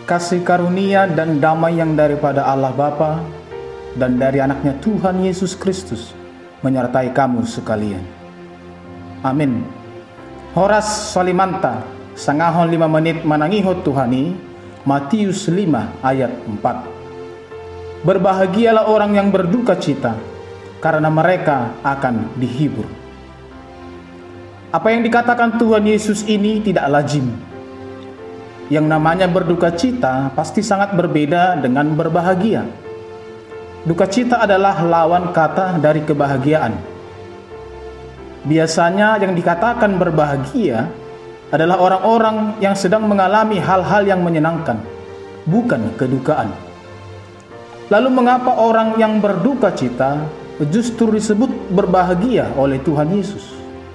Kasih karunia dan damai yang daripada Allah Bapa dan dari anaknya Tuhan Yesus Kristus menyertai kamu sekalian. Amin. Horas Solimanta, sangahon 5 menit manangihot Tuhani, Matius 5 ayat 4. Berbahagialah orang yang berduka cita, karena mereka akan dihibur. Apa yang dikatakan Tuhan Yesus ini tidak lazim. Yang namanya berduka cita pasti sangat berbeda dengan berbahagia. Duka cita adalah lawan kata dari kebahagiaan. Biasanya yang dikatakan berbahagia adalah orang-orang yang sedang mengalami hal-hal yang menyenangkan, bukan kedukaan. Lalu mengapa orang yang berduka cita justru disebut berbahagia oleh Tuhan Yesus?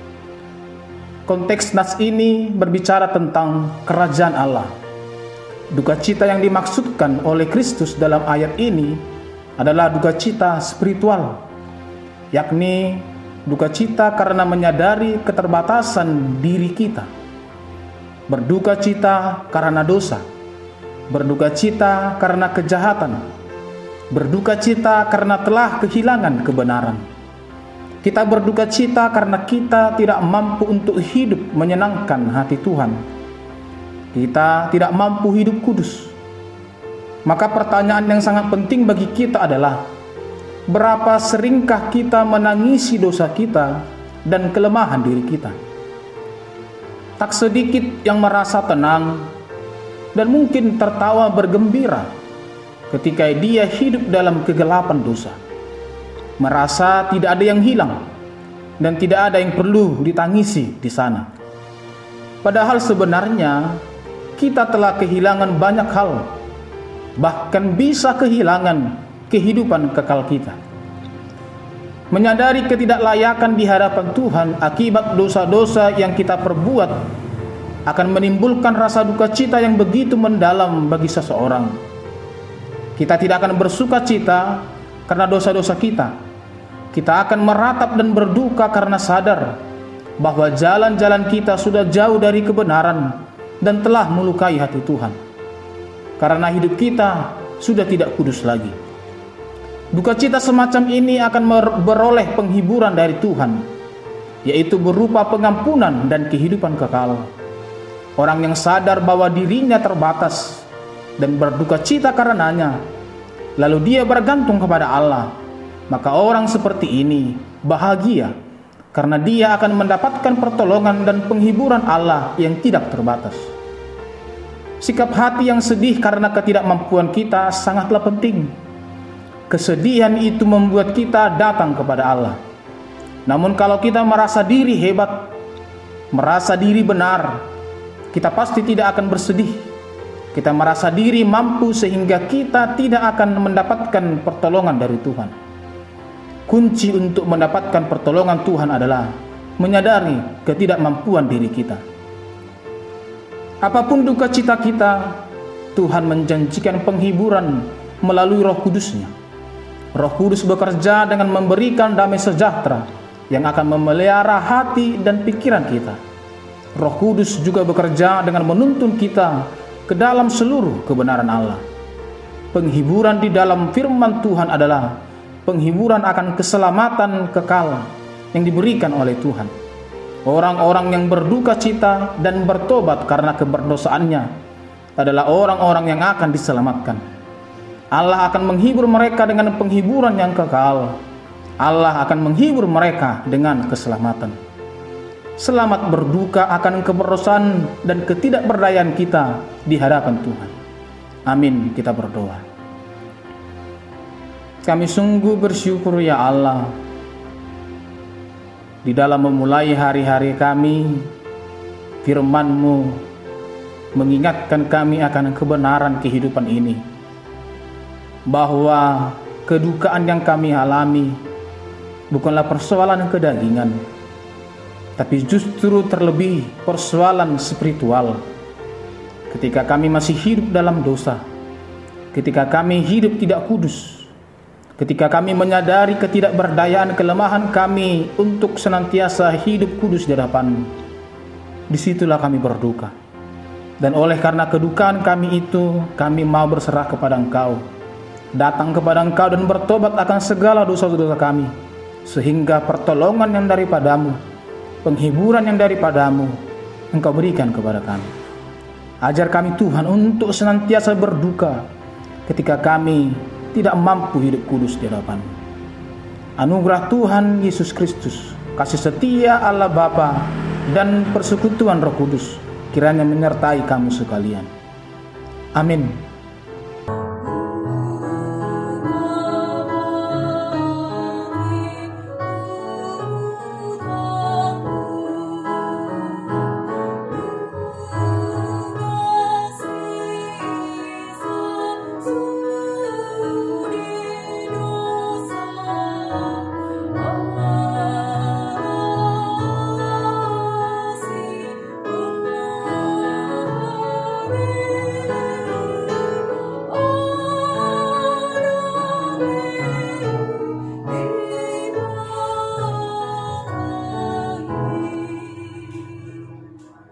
Konteks nas ini berbicara tentang kerajaan Allah. Duka cita yang dimaksudkan oleh Kristus dalam ayat ini adalah duka cita spiritual, yakni duka cita karena menyadari keterbatasan diri kita, berduka cita karena dosa, berduka cita karena kejahatan, berduka cita karena telah kehilangan kebenaran. Kita berduka cita karena kita tidak mampu untuk hidup menyenangkan hati Tuhan. Kita tidak mampu hidup kudus. Maka pertanyaan yang sangat penting bagi kita adalah, berapa seringkah kita menangisi dosa kita dan kelemahan diri kita? Tak sedikit yang merasa tenang dan mungkin tertawa bergembira ketika dia hidup dalam kegelapan dosa. Merasa tidak ada yang hilang dan tidak ada yang perlu ditangisi di sana. Padahal sebenarnya kita telah kehilangan banyak hal, bahkan bisa kehilangan kehidupan kekal kita. Menyadari ketidaklayakan di hadapan Tuhan akibat dosa-dosa yang kita perbuat akan menimbulkan rasa duka cita yang begitu mendalam bagi seseorang. Kita tidak akan bersuka cita karena dosa-dosa kita. Kita akan meratap dan berduka karena sadar bahwa jalan-jalan kita sudah jauh dari kebenaran dan telah melukai hati Tuhan. Karena hidup kita sudah tidak kudus lagi. Duka cita semacam ini akan beroleh penghiburan dari Tuhan, yaitu berupa pengampunan dan kehidupan kekal. Orang yang sadar bahwa dirinya terbatas dan berduka cita karenanya, lalu dia bergantung kepada Allah, maka orang seperti ini bahagia karena dia akan mendapatkan pertolongan dan penghiburan Allah yang tidak terbatas. Sikap hati yang sedih karena ketidakmampuan kita sangatlah penting. Kesedihan itu membuat kita datang kepada Allah. Namun kalau kita merasa diri hebat, merasa diri benar, kita pasti tidak akan bersedih. Kita merasa diri mampu sehingga kita tidak akan mendapatkan pertolongan dari Tuhan. Kunci untuk mendapatkan pertolongan Tuhan adalah menyadari ketidakmampuan diri kita. Apapun duka cita kita, Tuhan menjanjikan penghiburan melalui Roh Kudus-Nya. Roh Kudus bekerja dengan memberikan damai sejahtera yang akan memelihara hati dan pikiran kita. Roh Kudus juga bekerja dengan menuntun kita ke dalam seluruh kebenaran Allah. Penghiburan di dalam firman Tuhan adalah penghiburan akan keselamatan kekal yang diberikan oleh Tuhan. Orang-orang yang berduka cita dan bertobat karena keberdosaannya adalah orang-orang yang akan diselamatkan. Allah akan menghibur mereka dengan penghiburan yang kekal. Allah akan menghibur mereka dengan keselamatan. Selamat berduka akan keberdosan dan ketidakberdayaan kita di hadapan Tuhan. Amin, kita berdoa. Kami sungguh bersyukur ya Allah, di dalam memulai hari-hari kami, firman-Mu mengingatkan kami akan kebenaran kehidupan ini, bahwa kedukaan yang kami alami bukanlah persoalan kedagingan, tapi justru terlebih persoalan spiritual. Ketika kami masih hidup dalam dosa, ketika kami hidup tidak kudus, ketika kami menyadari ketidakberdayaan kelemahan kami untuk senantiasa hidup kudus di hadapan-Mu, disitulah kami berduka. Dan oleh karena kedukaan kami itu, kami mau berserah kepada Engkau, datang kepada Engkau dan bertobat akan segala dosa-dosa kami, sehingga pertolongan yang daripadamu, penghiburan yang daripadamu, Engkau berikan kepada kami. Ajar kami Tuhan untuk senantiasa berduka ketika kami tidak mampu hidup kudus di hadapan-Mu. Anugerah Tuhan Yesus Kristus, kasih setia Allah Bapa, dan persekutuan Roh Kudus kiranya menyertai kamu sekalian. Amin.